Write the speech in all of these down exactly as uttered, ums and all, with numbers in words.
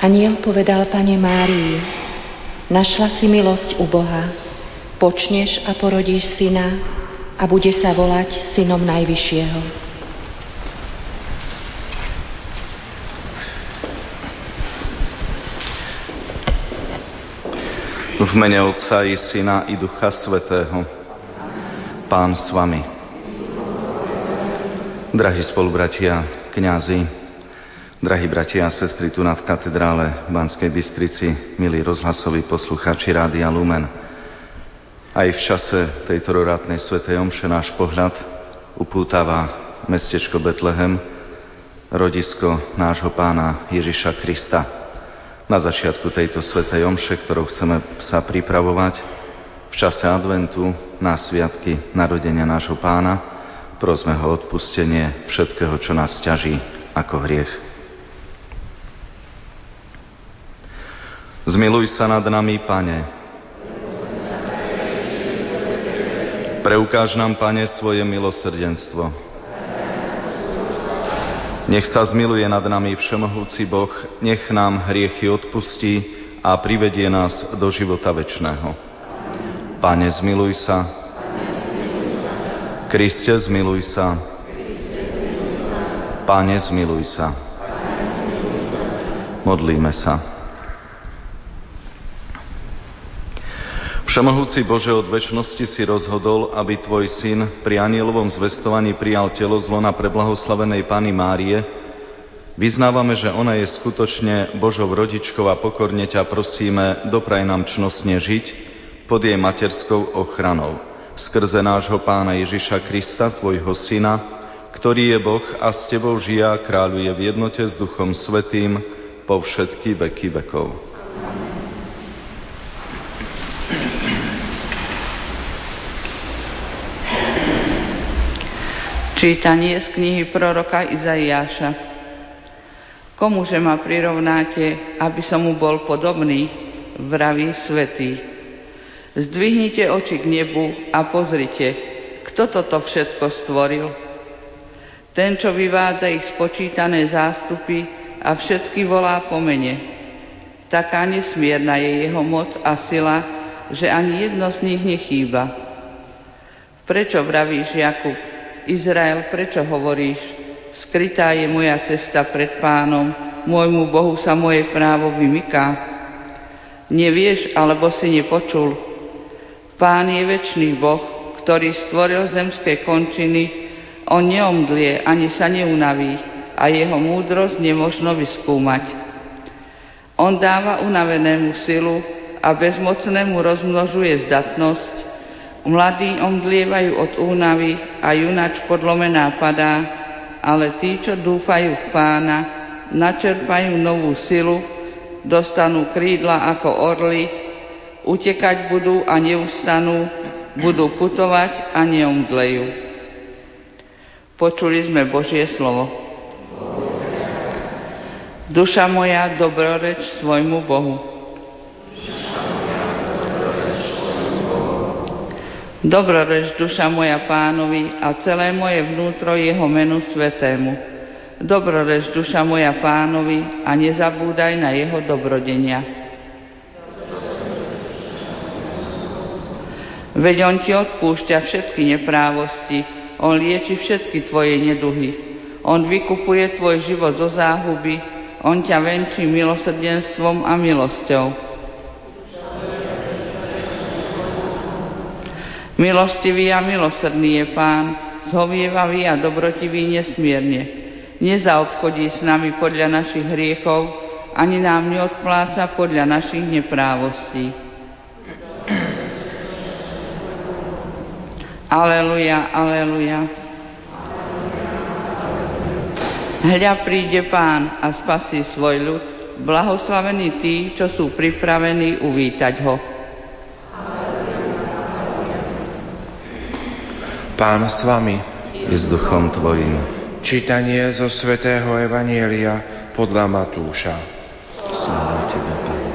Anjel povedal Panne Márii: našla si milosť u Boha, počneš a porodíš syna a bude sa volať Synom Najvyššieho. V mene Otca i Syna i Ducha Svätého. Pán s vami. Drahí spolubratia, kňazi, drahí bratia a sestry tu na v katedrále v Banskej Bystrici, milí rozhlasoví poslucháči Rádia Lumen. Aj v čase tejto rorátnej svätej omše náš pohľad upútava mestečko Betlehem, rodisko nášho Pána Ježiša Krista. Na začiatku tejto svätej omše, ktorou chceme sa pripravovať v čase adventu na sviatky narodenia nášho Pána, prosme ho odpustenie všetkého, čo nás ťaží ako hriech. Zmiluj sa nad nami, Pane. Preukáž nám, Pane, svoje milosrdenstvo. Nech sa zmiluje nad nami všemohúci Boh, nech nám hriechy odpustí a privedie nás do života večného. Pane, zmiluj sa. Kriste, zmiluj sa. Pane, zmiluj sa. Modlíme sa. Všemohúci Bože, od večnosti si rozhodol, aby Tvoj Syn pri anjelovom zvestovaní prijal telo z lona preblahoslavenej Panny Márie. Vyznávame, že ona je skutočne Božou rodičkou a pokorne ťa prosíme, dopraj nám čnostne žiť pod jej materskou ochranou. Skrze nášho Pána Ježiša Krista, Tvojho Syna, ktorý je Boh a s Tebou žije a kráľuje v jednote s Duchom Svätým po všetky veky vekov. Čítanie z knihy proroka Izaiáša. Komuže ma prirovnáte, aby som mu bol podobný, vraví Svätý. Zdvihnite oči k nebu a pozrite, kto toto všetko stvoril. Ten, čo vyvádza ich spočítané zástupy a všetky volá po mene. Taká nesmierna je jeho moc a sila, že ani jedno z nich nechýba. Prečo vravíš, Jakub, Izrael, prečo hovoríš, skrytá je moja cesta pred Pánom, môjmu Bohu sa moje právo vymyká? Nevieš, alebo si nepočul? Pán je večný Boh, ktorý stvoril zemské končiny, on neomdlie ani sa neunaví a jeho múdrosť nemožno vyskúmať. On dáva unavenému silu a bezmocnému rozmnožuje zdatnosť. Mladí omdlievajú od únavy a junač podlomená padá, ale tí, čo dúfajú v Pána, načerpajú novú silu, dostanú krídla ako orly, utekať budú a neustanú, budú putovať a neomdlejú. Počuli sme Božie slovo. Duša moja, dobroreč svojmu Bohu. Dobroreč, duša moja Pánovi a celé moje vnútro jeho menu svätému. Dobroreč, duša moja Pánovi a nezabúdaj na jeho dobrodenia. Veď on ti odpúšťa všetky neprávosti, on lieči všetky tvoje neduhy. On vykupuje tvoj život zo záhuby, on ťa venčí milosrdenstvom a milosťou. Milostivý a milosrdný je Pán, zhovievavý a dobrotivý nesmierne. Nezaobchodí s nami podľa našich hriechov, ani nám neodpláca podľa našich neprávostí. Aleluja, aleluja. Hľa príde Pán a spasí svoj ľud, blahoslavení tí, čo sú pripravení uvítať ho. Pán s vami. I s duchom tvojím. Čítanie zo svätého Evanjelia podľa Matúša. Sláva tebe, Pane.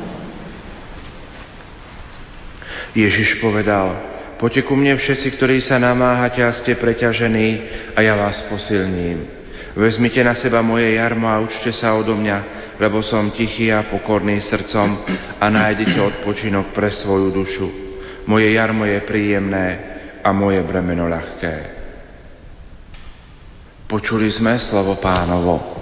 Ježiš povedal: Poďte ku mne všetci, ktorí sa namáhate a ste preťažení, a ja vás posilním. Vezmite na seba moje jarmo a učte sa odo mňa, lebo som tichý a pokorný srdcom a nájdete odpočinok pre svoju dušu. Moje jarmo je príjemné a moje bremeno ľahké. Počuli sme slovo Pánovo.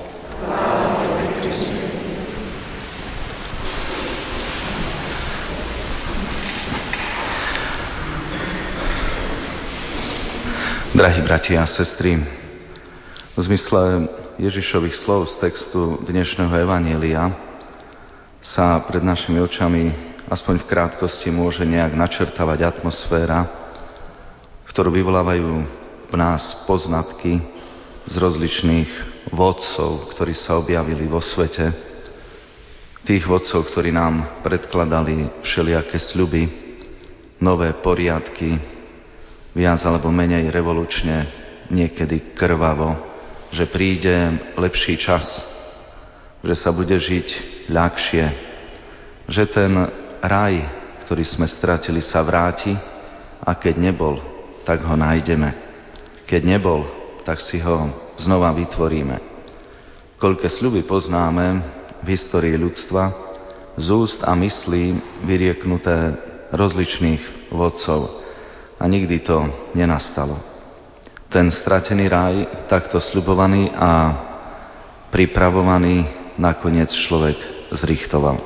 Drahí bratia a sestry, v zmysle Ježišových slov z textu dnešného evanjelia sa pred našimi očami aspoň v krátkosti môže nejak načrtávať atmosféra, ktorú vyvolávajú v nás poznatky z rozličných vodcov, ktorí sa objavili vo svete, tých vodcov, ktorí nám predkladali všelijaké sľuby, nové poriadky, viac alebo menej revolučne, niekedy krvavo, že príde lepší čas, že sa bude žiť ľahšie, že ten raj, ktorý sme stratili, sa vráti a keď nebol, tak ho nájdeme. Keď nebol, tak si ho znova vytvoríme. Koľké sľuby poznáme v histórii ľudstva z úst a myslí vyrieknuté rozličných vodcov. A nikdy to nenastalo. Ten stratený raj, takto sľubovaný a pripravovaný, nakoniec človek zrichtoval.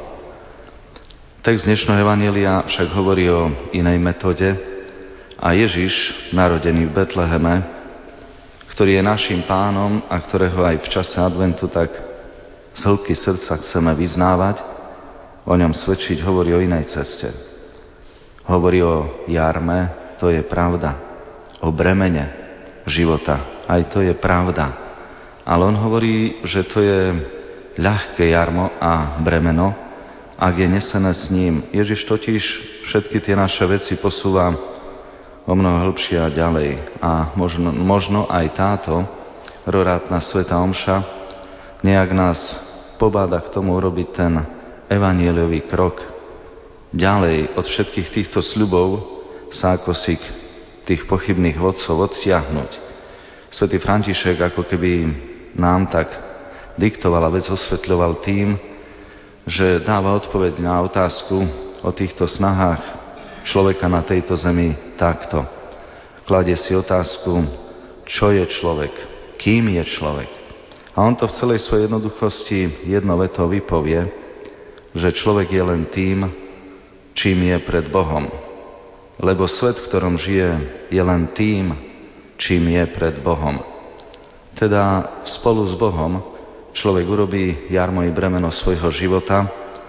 Text dnešného evanjelia však hovorí o inej metóde a Ježiš, narodený v Betleheme, ktorý je naším pánom a ktorého aj v čase adventu tak z hĺbky srdca chceme vyznávať, o ňom svedčiť, hovorí o inej ceste. Hovorí o jarme, to je pravda, o bremene života, aj to je pravda. Ale on hovorí, že to je ľahké jarmo a bremeno, ak je nesené s ním. Ježiš totiž všetky tie naše veci posúva o mnoho hĺbšie a ďalej. A možno, možno aj táto rorátna svätá omša nejak nás pobáda k tomu urobiť ten evanjeliový krok ďalej od všetkých týchto sľubov, sa ako si tých pochybných vodcov odtiahnuť. Svätý František ako keby nám tak diktoval a vec osvetľoval tým, že dáva odpoveď na otázku o týchto snahách človeka na tejto zemi takto. Kladie si otázku, čo je človek, kým je človek. A on to v celej svojej jednoduchosti jedno vetou vypovie, že človek je len tým, čím je pred Bohom. Lebo svet, v ktorom žije, je len tým, čím je pred Bohom. Teda spolu s Bohom človek urobí jarmo i bremeno svojho života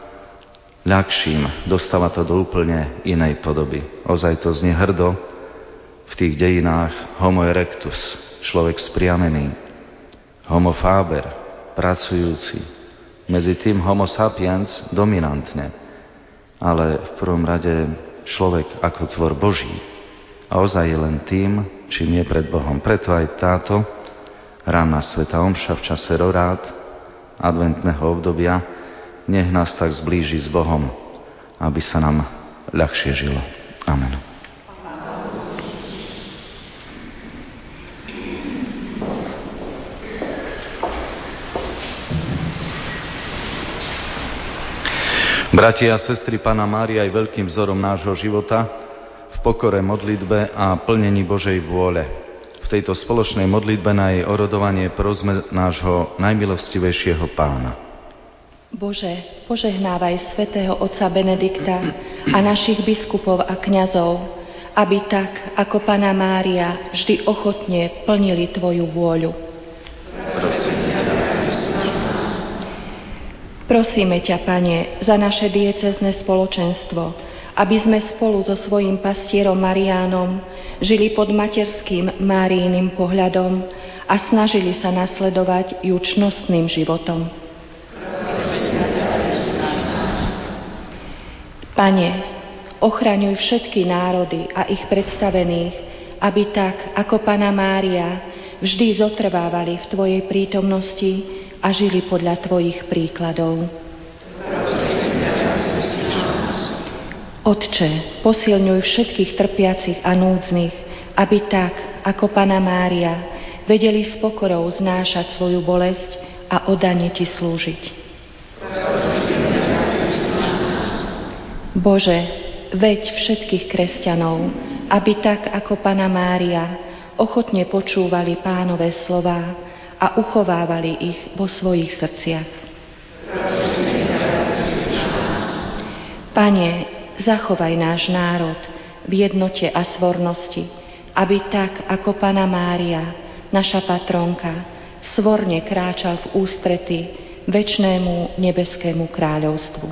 ľahším, dostáva to do úplne inej podoby. Ozaj to znie hrdo v tých dejinách homo erectus, človek spriamený, homo faber, pracujúci, medzi tým homo sapiens dominantne, ale v prvom rade človek ako tvor Boží a ozaj je len tým, čím je pred Bohom. Preto aj táto ranná svätá omša v čase rorát adventného obdobia nech nás tak zblíži s Bohom, aby sa nám ľahšie žilo. Amen. Bratia a sestry, Panna Mária je veľkým vzorom nášho života v pokore, modlitbe a plnení Božej vôle. V tejto spoločnej modlitbe na jej orodovanie prosme nášho najmilostivejšieho Pána. Bože, požehnávaj svätého otca Benedikta a našich biskupov a kňazov, aby tak, ako Panna Mária, vždy ochotne plnili Tvoju vôľu. Prosím ťa, Prosíme ťa, Pane, za naše diecézne spoločenstvo, aby sme spolu so svojím pastierom Mariánom žili pod materským Máriiným pohľadom a snažili sa nasledovať ju čnostným životom. Pane, ochraňuj všetky národy a ich predstavených, aby tak, ako Panna Mária, vždy zotrvávali v Tvojej prítomnosti a žili podľa Tvojich príkladov. Otče, posilňuj všetkých trpiacich a núdznych, aby tak, ako Panna Mária, vedeli s pokorou znášať svoju bolesť a oddane Ti slúžiť. Bože, veď všetkých kresťanov, aby tak ako Panna Mária ochotne počúvali Pánove slová a uchovávali ich vo svojich srdciach. Pane, zachovaj náš národ v jednote a svornosti, aby tak ako Panna Mária, naša patronka, svorne kráčal v ústrety večnému nebeskému kráľovstvu.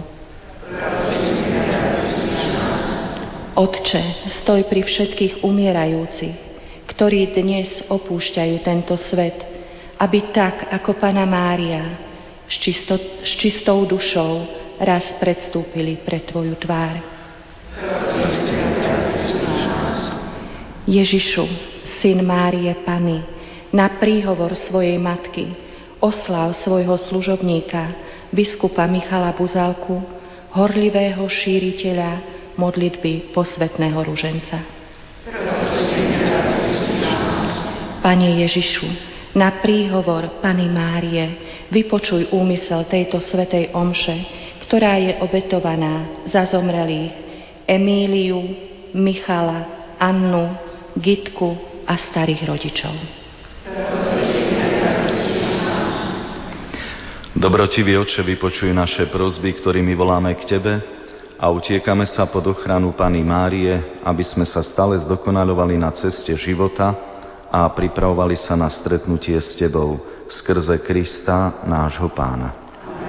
Otče, stoj pri všetkých umierajúcich, ktorí dnes opúšťajú tento svet, aby tak ako Panna Mária s, čisto, s čistou dušou raz predstúpili pred Tvoju tvár. Ježišu, syn Márie Panny, na príhovor svojej matky osláv svojho služobníka, biskupa Michala Buzalku, horlivého šíriteľa modlitby posvätného ruženca. Pane Ježišu, na príhovor Panny Márie vypočuj úmysel tejto svätej omše, ktorá je obetovaná za zomrelých Emíliu, Michala, Annu, Gitku a starých rodičov. Dobrotivý Otče, vypočuj naše prosby, ktorými voláme k Tebe a utiekame sa pod ochranu Panny Márie, aby sme sa stále zdokonaľovali na ceste života a pripravovali sa na stretnutie s Tebou skrze Krista, nášho Pána.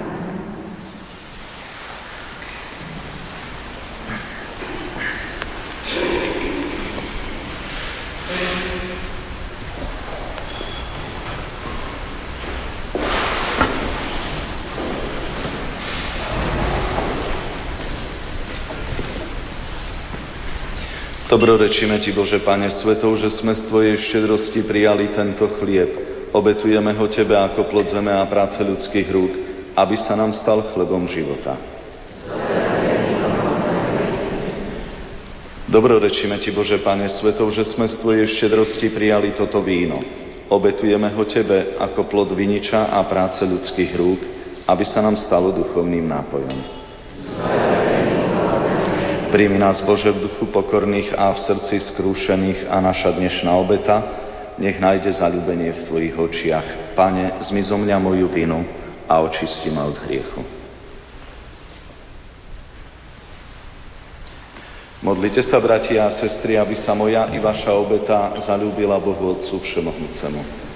Dobrorečíme Ti, Bože, Pane svetov, že sme z Tvojej štedrosti prijali tento chlieb. Obetujeme ho Tebe ako plod zeme a práce ľudských rúk, aby sa nám stal chlebom života. Dobrorečíme Ti, Bože, Pane svetov, že sme z Tvojej štedrosti prijali toto víno. Obetujeme ho Tebe ako plod viniča a práce ľudských rúk, aby sa nám stalo duchovným nápojom. Príjmi nás, Bože, v duchu pokorných a v srdci skrúšených a naša dnešná obeta nech nájde zaľúbenie v Tvojich očiach. Pane, zmy zo mňa moju vinu a očisti ma od hriechu. Modlite sa, bratia a sestry, aby sa moja i vaša obeta zaľúbila Bohu Otcu Všemohúcemu.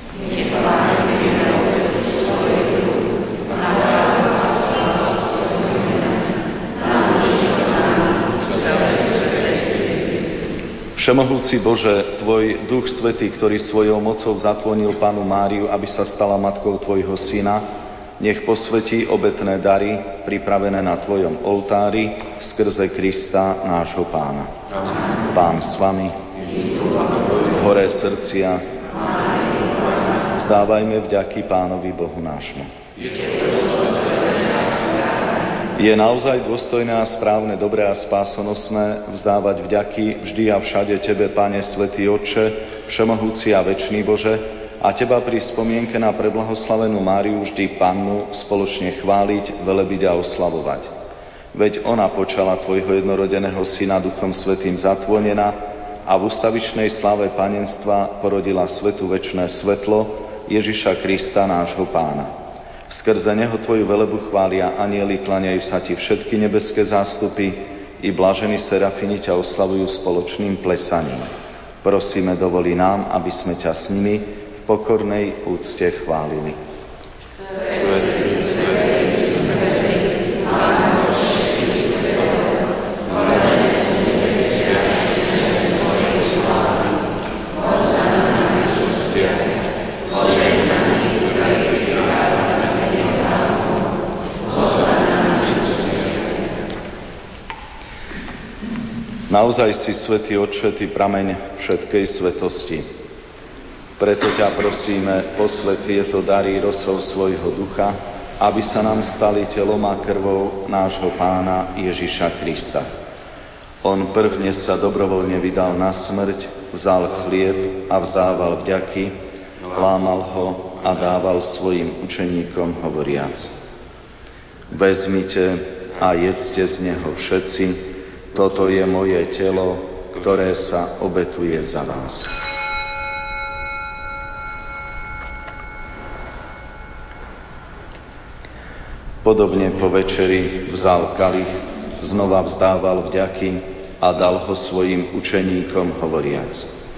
Všemohúci Bože, Tvoj Duch Svätý, ktorý svojou mocou zatvonil Pannu Máriu, aby sa stala matkou Tvojho Syna, nech posvetí obetné dary, pripravené na Tvojom oltári, skrze Krista, nášho Pána. Amen. Pán s vami, hore srdcia, vzdávajme vďaky Pánovi Bohu nášmu. Je naozaj dôstojné a správne, dobré a spásonosné vzdávať vďaky vždy a všade Tebe, Pane, Svätý Otče, Všemohúci a večný Bože, a Teba pri spomienke na preblahoslavenú Máriu vždy Pannu spoločne chváliť, velebiť a oslavovať. Veď ona počala Tvojho jednorodeného Syna Duchom Svätým zatvonená a v ustavičnej slave panenstva porodila svetu večné svetlo Ježiša Krista, nášho Pána. Skrze neho Tvoju velebu chvália anjeli, kláňajú sa Ti všetky nebeské zástupy i blažení serafini ťa oslavujú spoločným plesaním. Prosíme, dovolí nám, aby sme ťa s nimi v pokornej úcte chválili. Naozaj si, Svätý Otče, Ty prameň všetkej svetosti. Preto ťa prosíme, posväť tieto dary rosou svojho ducha, aby sa nám stali telom a krvou nášho Pána Ježiša Krista. On prvne sa dobrovoľne vydal na smrť, vzal chlieb a vzdával vďaky, lámal ho a dával svojim učeníkom hovoriac: Vezmite a jedzte z neho všetci, toto je moje telo, ktoré sa obetuje za vás. Podobne po večeri vzal kalich, znova vzdával vďaky a dal ho svojim učeníkom hovoriac: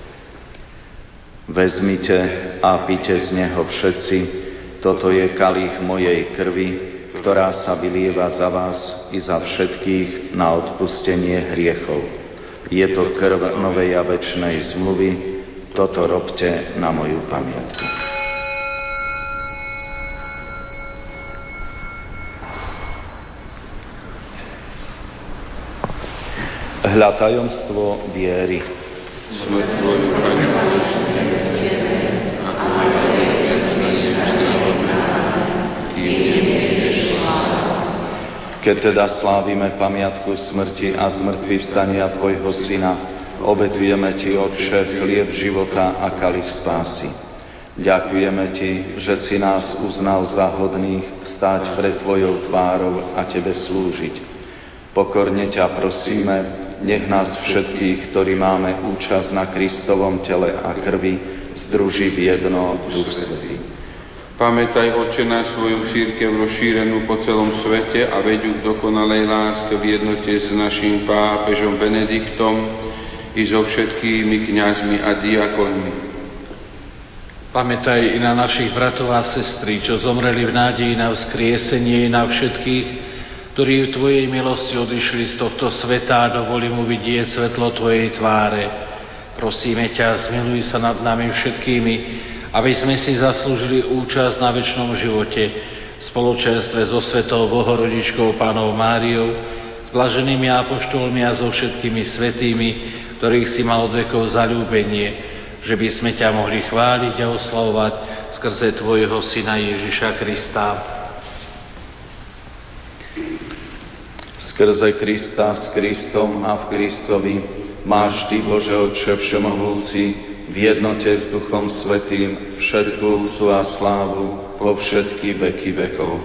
Vezmite a pite z neho všetci, toto je kalich mojej krvi, ktorá sa vylieva za vás i za všetkých na odpustenie hriechov. Je to krv novej a večnej zmluvy, toto robte na moju pamiatku. Hľa tajomstvo viery. Smrť Tvoju, Pane, zlesneme, a Tvoje zlesnenie vzdávame, kým nebudeš sláva. Keď teda slávime pamiatku smrti a zmrtvý vstania Tvojho Syna, obetujeme Ti, Otče, chlieb života a kalich spásy. Ďakujeme Ti, že si nás uznal za hodných stáť pred Tvojou tvárou a Tebe slúžiť. Pokorne ťa prosíme, nech nás všetkých, ktorí máme účasť na Kristovom tele a krvi, združí v jedno Duch Svätý. Pamätaj, Otče, na svoju cirkev rozšírenú po celom svete a veď ju k dokonalej láske v jednote s naším pápežom Benediktom i so všetkými kňazmi a diakonmi. Pamätaj i na našich bratov a sestry, čo zomreli v nádeji na vzkriesenie, i na všetkých, ktorí v Tvojej milosti odišli z tohto sveta a dovolí mu vidieť svetlo Tvojej tváre. Prosíme ťa, zmiluj sa nad nami všetkými, aby sme si zaslúžili účasť na večnom živote v spoločenstve so Svetou Bohorodičkou Pannou Máriou, s blaženými apoštolmi a so všetkými svätými, ktorých si mal od vekov zaľúbenie, že by sme ťa mohli chváliť a oslavovať skrze Tvojho Syna Ježiša Krista. Skrze Krista, s Kristom a v Kristovi máš Ty, Bože Otče všemohúci, v jednote s Duchom Svätým všetku úctu a slávu po všetky veky vekov.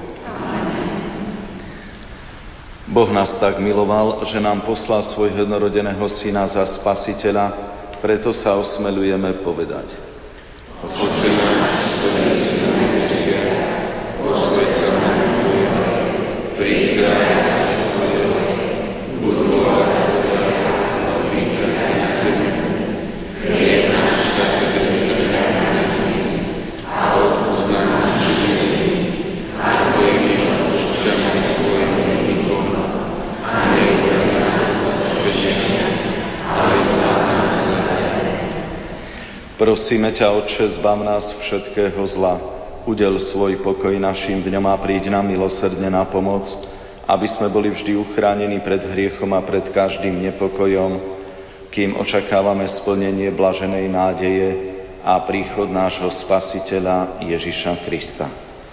Boh nás tak miloval, že nám poslal svojho jednorodeného Syna za Spasiteľa, preto sa osmelujeme povedať: Otče náš, ktorý si na nebesiach, posväť sa meno Tvoje, príď kráľovstvo Tvoje, buď vôľa Tvoja, ako v nebi na zemi. Chlieb náš každodenný daj nám dnes a odpusť nám naše viny, ako i my odpúšťame svojim vinníkom, a neuveď nás do pokušenia, ale zbav nás zla. Prosíme ťa, Otče, zbav nás všetkého zla. Udel svoj pokoj našim dňom a príď nám milosrdne na pomoc, aby sme boli vždy uchránení pred hriechom a pred každým nepokojom, kým očakávame splnenie blaženej nádeje a príchod nášho Spasiteľa Ježiša Krista.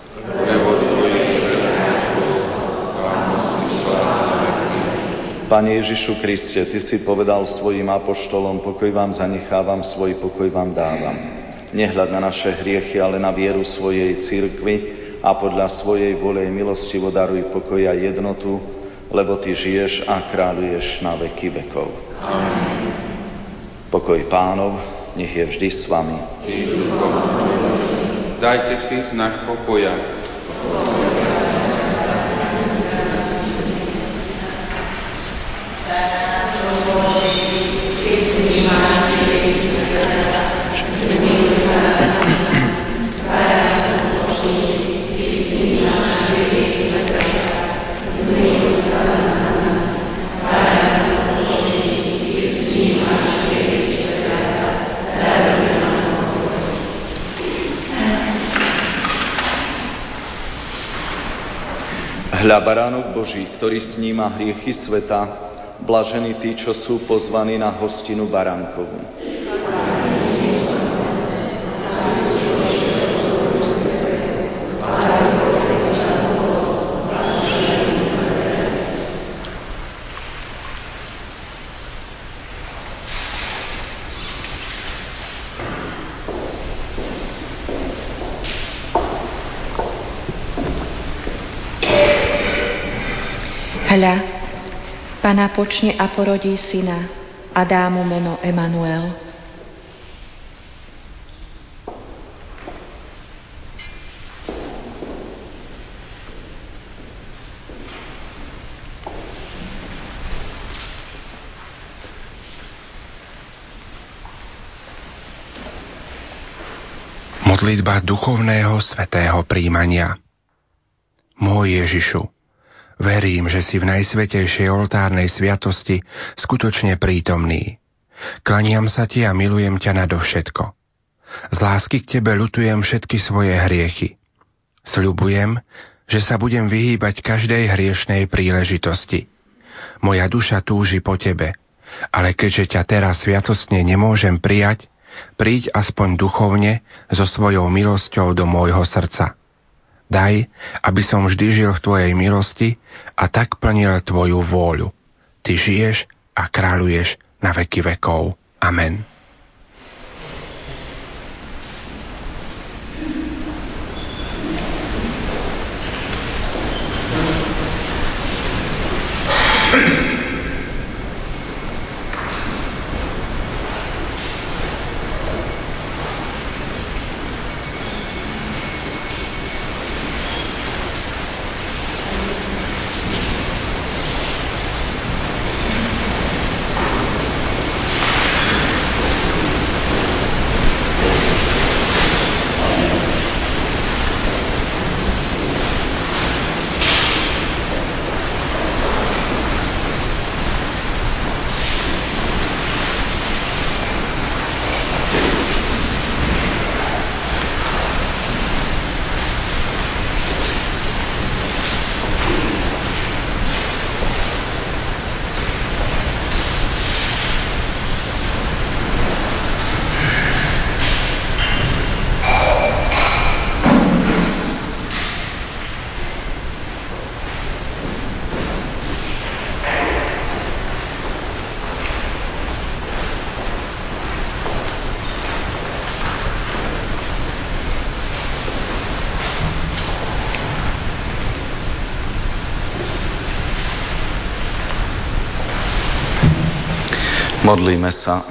Pane Ježišu Kriste, Ty si povedal svojim apoštolom: pokoj vám zanechávam, svoj pokoj vám dávam. Nehľad na naše hriechy, ale na vieru svojej cirkvi a podľa svojej vôle milostivo daruj pokoj a jednotu, lebo Ty žiješ a kráľuješ na veky vekov. Amen. Pokoj Pánov, nech je vždy s vami. Dajte si znak pokoja. Hľa baránok Boží, ktorý sníma hriechy sveta, blažení tí, čo sú pozvaní na hostinu baránkovú. Hľa, Pana počne a porodí syna a dá mu meno Emanuel. Modlitba duchovného svätého príjmania. Môj Ježišu, verím, že si v najsvätejšej oltárnej sviatosti skutočne prítomný. Klaniam sa ti a milujem ťa nadovšetko. Z lásky k tebe ľutujem všetky svoje hriechy. Sľubujem, že sa budem vyhýbať každej hriešnej príležitosti. Moja duša túži po tebe, ale keďže ťa teraz sviatostne nemôžem prijať, príď aspoň duchovne so svojou milosťou do môjho srdca. Daj, aby som vždy žil v tvojej milosti a tak plnil tvoju vôľu. Ty žiješ a kráľuješ na veky vekov. Amen. Modlíme sa.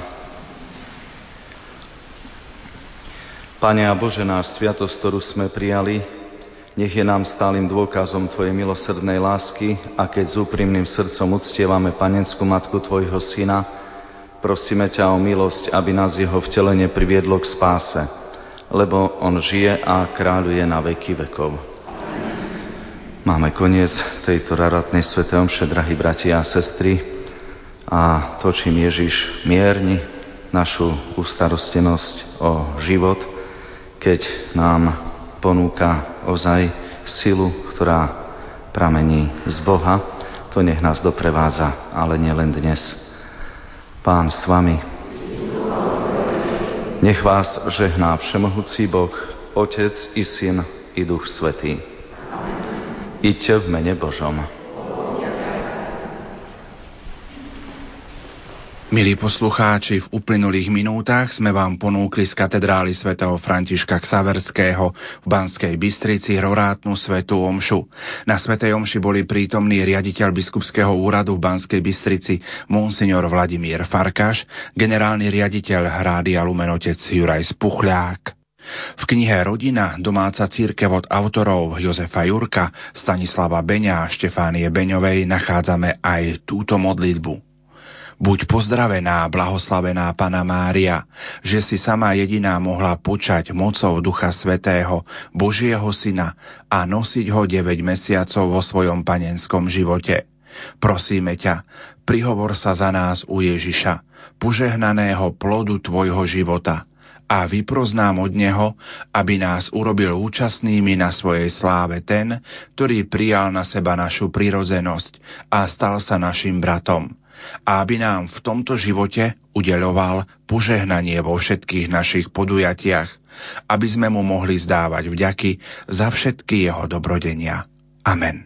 Pane a Bože náš, sviatosť, ktorú sme prijali, nech je nám stálym dôkazom Tvojej milosrdnej lásky a keď s úprimným srdcom uctievame panenskú matku Tvojho Syna, prosíme ťa o milosť, aby nás jeho vtelenie priviedlo k spáse, lebo on žije a kráľuje na veky vekov. Máme koniec tejto raratnej svätej omše, drahí bratia a sestry, a to, čím Ježiš mierni našu ustarostenosť o život, keď nám ponúka ozaj silu, ktorá pramení z Boha, to nech nás doprevádza, ale nielen dnes. Pán s vami. Nech vás žehná všemohúci Boh, Otec i Syn i Duch Svätý. Iďte v mene Božom. Milí poslucháči, v uplynulých minútach sme vám ponúkli z katedrály svätého Františka Xaverského v Banskej Bystrici rorátnu svätú omšu. Na svätej omši boli prítomní riaditeľ biskupského úradu v Banskej Bystrici monsignor Vladimír Farkáš, generálny riaditeľ Rádia Lumen otec Juraj Spuchľák. V knihe Rodina, domáca cirkev od autorov Jozefa Jurka, Stanislava Beňa a Štefánie Beňovej nachádzame aj túto modlitbu. Buď pozdravená, blahoslavená Panna Mária, že si sama jediná mohla počať mocou Ducha Svätého, Božieho Syna a nosiť ho deväť mesiacov vo svojom panenskom živote. Prosíme ťa, prihovor sa za nás u Ježiša, požehnaného plodu tvojho života, a vypros nám od neho, aby nás urobil účastnými na svojej sláve ten, ktorý prijal na seba našu prirodzenosť a stal sa našim bratom. A aby nám v tomto živote udeľoval požehnanie vo všetkých našich podujatiach, aby sme mu mohli zdávať vďaky za všetky jeho dobrodenia. Amen.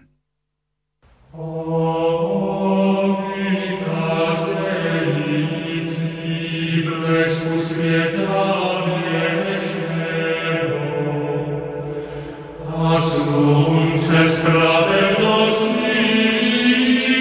A slunce spravedlnosti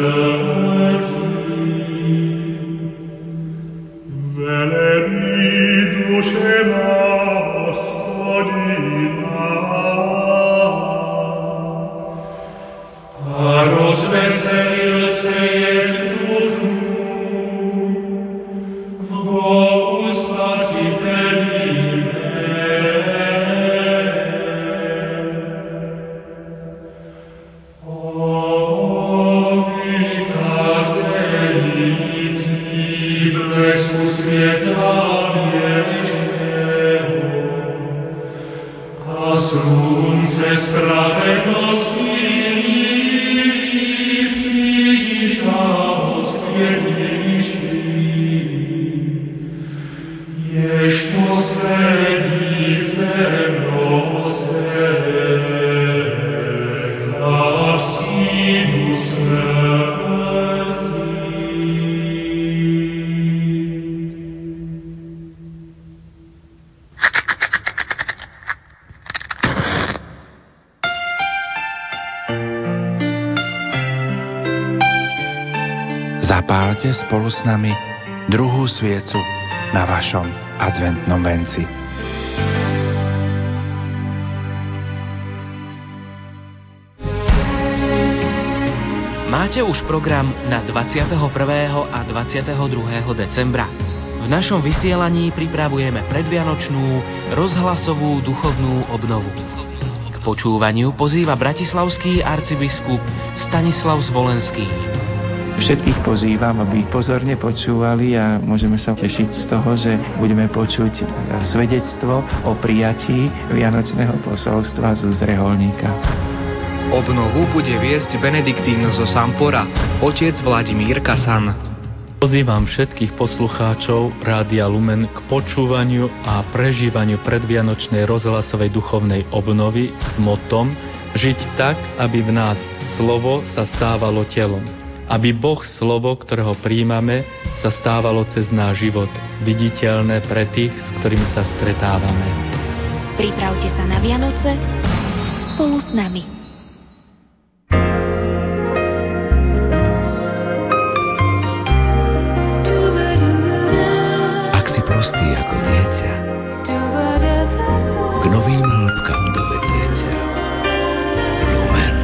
Zapálte spolu s nami druhú sviecu na vašom adventnom venci. Máte už program na dvadsiateho prvého a dvadsiateho druhého decembra. V našom vysielaní pripravujeme predvianočnú rozhlasovú duchovnú obnovu. K počúvaniu pozýva bratislavský arcibiskup Stanislav Zvolenský. Všetkých pozývam, aby pozorne počúvali a môžeme sa tešiť z toho, že budeme počuť svedectvo o prijatí vianočného posolstva z Reholníka. Obnovu bude viesť Benediktín zo Sampora, otec Vladimír Kasan. Pozývam všetkých poslucháčov Rádia Lumen k počúvaniu a prežívaniu predvianočnej rozhlasovej duchovnej obnovy s motom Žiť tak, aby v nás slovo sa stávalo telom. Aby Boh slovo, ktorého príjmame, sa stávalo cez náš život viditeľné pre tých, s ktorými sa stretávame. Pripravte sa na Vianoce spolu s nami. Ak si prostý ako dieťa, k novým hĺbkam dovedie ťa Lumen.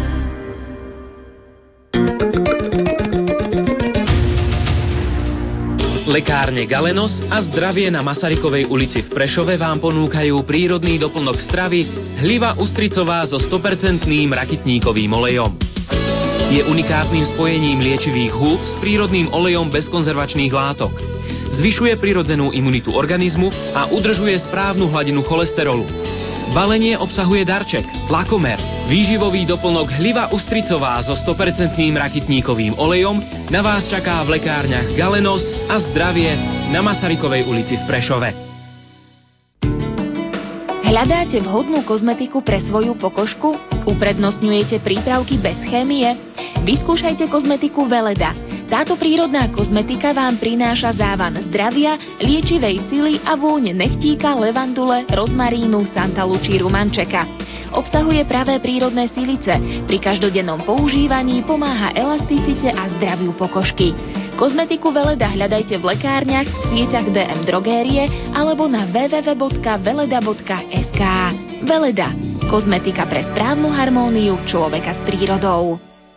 Lekárne Galenos a Zdravie na Masarykovej ulici v Prešove vám ponúkajú prírodný doplnok stravy hliva ustricová so sto percent rakitníkovým olejom. Je unikátnym spojením liečivých húb s prírodným olejom bez konzervačných látok. Zvyšuje prirodzenú imunitu organizmu a udržuje správnu hladinu cholesterolu. Balenie obsahuje darček, tlakomer, výživový doplnok hliva ustricová so sto percent rakitníkovým olejom na vás čaká v lekárniach Galenos a Zdravie na Masarykovej ulici v Prešove. Hľadáte vhodnú kozmetiku pre svoju pokožku? Uprednostňujete prípravky bez chémie? Vyskúšajte kozmetiku Veleda. Táto prírodná kozmetika vám prináša závan zdravia, liečivej sily a vôň nechtíka, levandule, rozmarínu, santalu či rumančeka. Obsahuje pravé prírodné silice. Pri každodennom používaní pomáha elasticite a zdraviu pokožky. Kozmetiku Veleda hľadajte v lekárniach, sieťach dé em Drogérie alebo na w w w bodka veleda bodka es ká. Veleda. Kozmetika pre správnu harmóniu človeka s prírodou.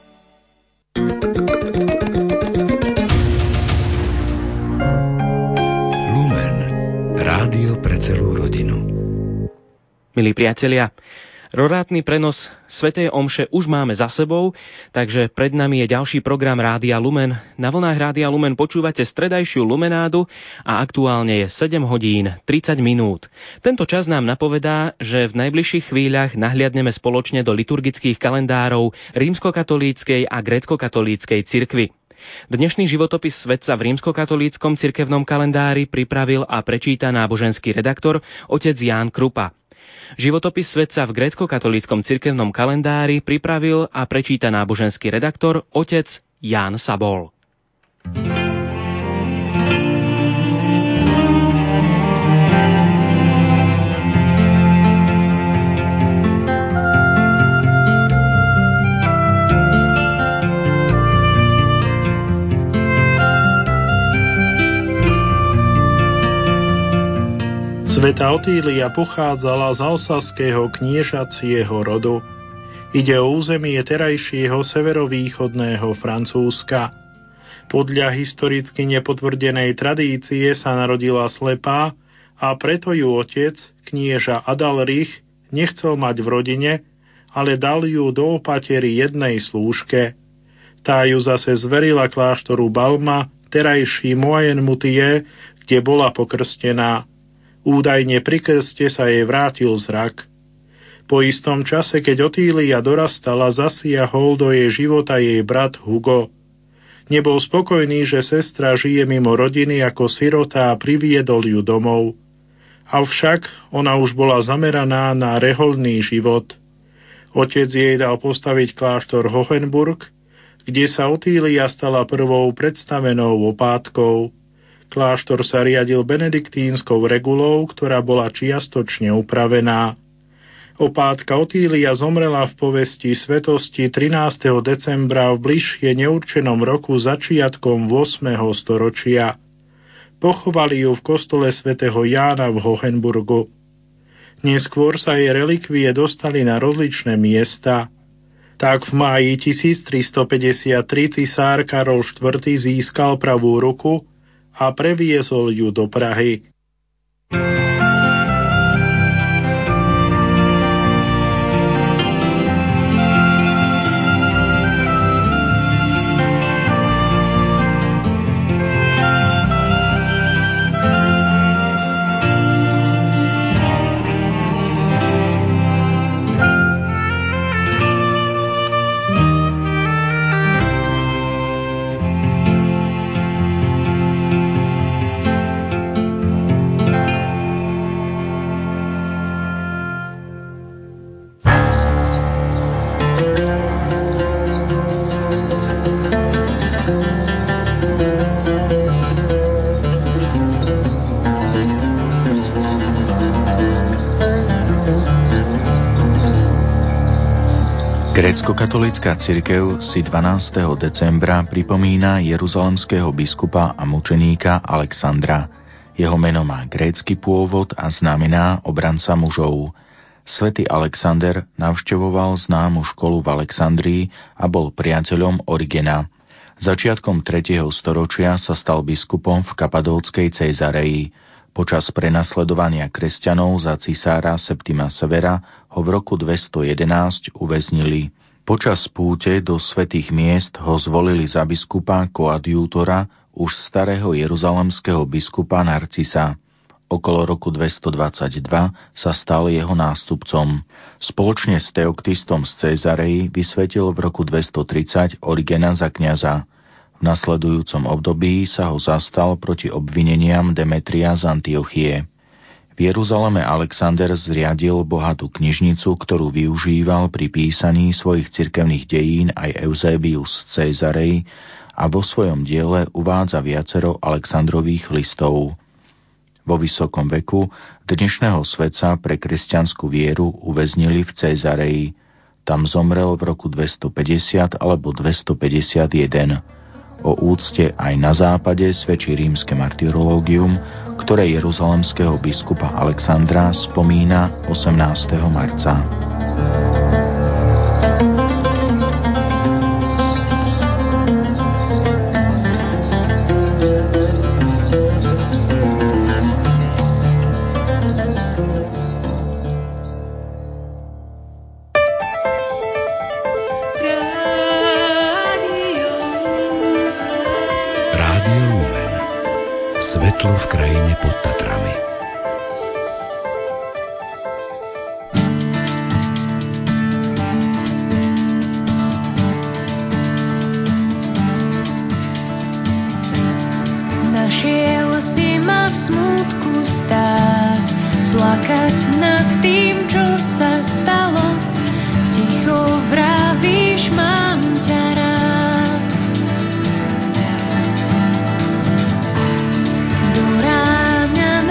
Rádio pre celú rodinu. Milí priatelia, rorátny prenos svätej omše už máme za sebou, takže pred nami je ďalší program Rádia Lumen. Na vlnách Rádia Lumen počúvate stredajšiu lumenádu a aktuálne je sedem hodín tridsať minút. Tento čas nám napovedá, že v najbližších chvíľach nahliadneme spoločne do liturgických kalendárov rímskokatolíckej a gréckokatolíckej cirkvi. Dnešný životopis svetca v rímskokatolíckom cirkevnom kalendári pripravil a prečíta náboženský redaktor otec Ján Krupa. Životopis svetca v gréckokatolíckom cirkevnom kalendári pripravil a prečíta náboženský redaktor otec Ján Sabol. Sveta Otília pochádzala z alsaského kniežacieho rodu. Ide o územie terajšieho severovýchodného Francúzska. Podľa historicky nepotvrdenej tradície sa narodila slepá a preto ju otec, knieža Adalrich, nechcel mať v rodine, ale dal ju do opatery jednej slúžke. Tá ju zase zverila kláštoru Balma, terajší Moyenmutie, kde bola pokrstená. Údajne pri krste sa jej vrátil zrak. Po istom čase, keď Otília dorastala, zasiahol do jej života jej brat Hugo. Nebol spokojný, že sestra žije mimo rodiny ako sirota a priviedol ju domov. Avšak ona už bola zameraná na rehoľný život. Otec jej dal postaviť kláštor Hohenburg, kde sa Otília stala prvou predstavenou opátkou. Kláštor sa riadil benediktínskou regulou, ktorá bola čiastočne upravená. Opátka Otília zomrela v povesti svetosti trinásteho decembra v bližšie neurčenom roku začiatkom ôsmeho storočia. Pochovali ju v kostole svätého Jána v Hohenburgu. Neskôr sa jej relikvie dostali na rozličné miesta. Tak v máji tisíctristopäťdesiattri cisár Karol štvrtý získal pravú ruku a previezol ju do Prahy. Grécko-katolícka cirkev si dvanásteho decembra pripomína jeruzalemského biskupa a mučeníka Alexandra. Jeho meno má grécky pôvod a znamená obranca mužov. Svätý Alexander navštevoval známu školu v Alexandrii a bol priateľom Origena. Začiatkom tretieho storočia sa stal biskupom v kapadóckej Cézareji. Počas prenasledovania kresťanov za cisára Septima Severa ho v roku dvestojedenásť uväznili. Počas púte do svätých miest ho zvolili za biskupa koadjútora už starého jeruzalemského biskupa Narcisa. Okolo roku dvestodvadsaťdva sa stal jeho nástupcom. Spoločne s Teoktistom z Cézareji vysvetil v roku dvestotridsať Origena za kňaza. V nasledujúcom období sa ho zastal proti obvineniam Demetria z Antiochie. V Jeruzaleme Alexander zriadil bohatú knižnicu, ktorú využíval pri písaní svojich cirkevných dejín aj Eusebius z Cézarej a vo svojom diele uvádza viacero Alexandrových listov. Vo vysokom veku dnešného svetca pre kresťanskú vieru uväznili v Cézareji. Tam zomrel v roku dvestopäťdesiat alebo dvestopäťdesiatjeden. O úcte aj na západe svedčí rímske martyrológium, ktoré jeruzalemského biskupa Alexandra spomína osemnásteho marca. Svetlo v krajine pod Tatrami. Našiel si ma v smútku stáť, plakať nad tým, čo sa stalo. Ticho vravíš, mám ťa rád. Do rána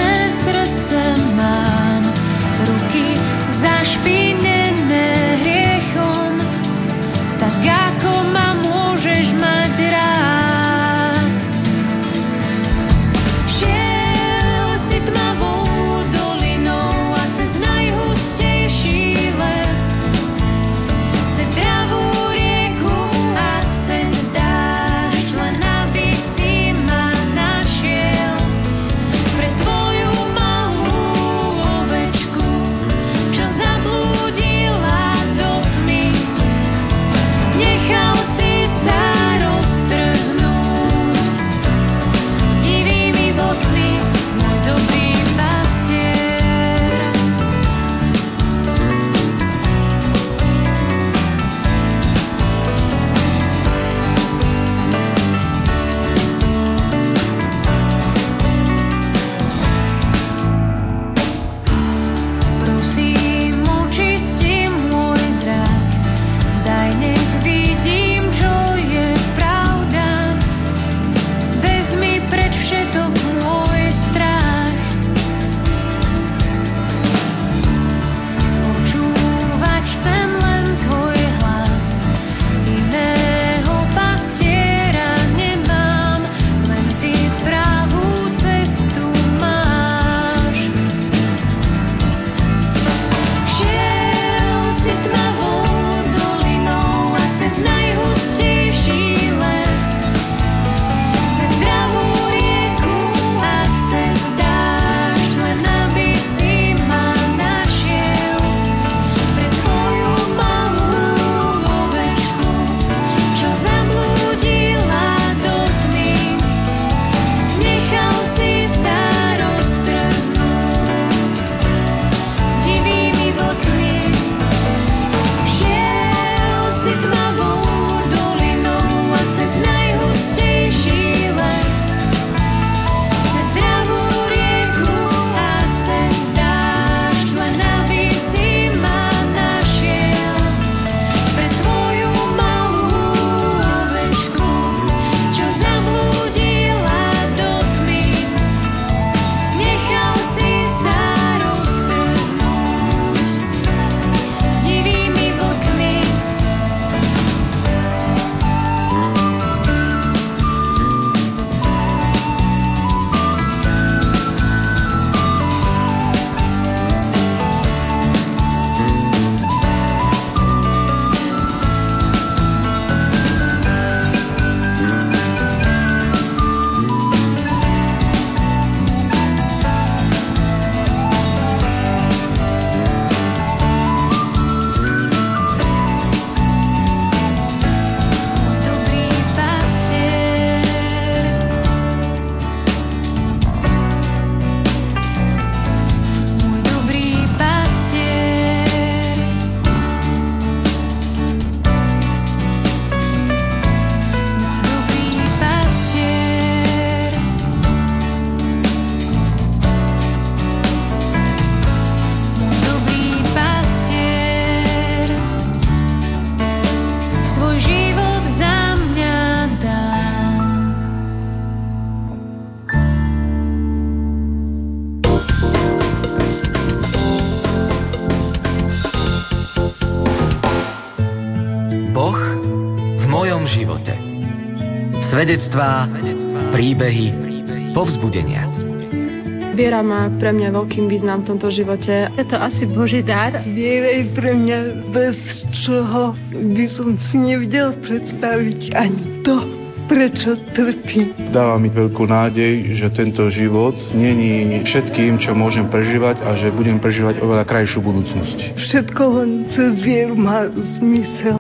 Svedectvá, príbehy, povzbudenia. Viera má pre mňa veľkým význam v tomto živote. Je to asi Boží dar. Viera je pre mňa, bez čoho by som si nevedel predstaviť ani to, prečo trpím. Dáva mi veľkú nádej, že tento život není všetkým, čo môžem prežívať a že budem prežívať oveľa krajšiu budúcnosť. Všetko len cez vieru má zmysel.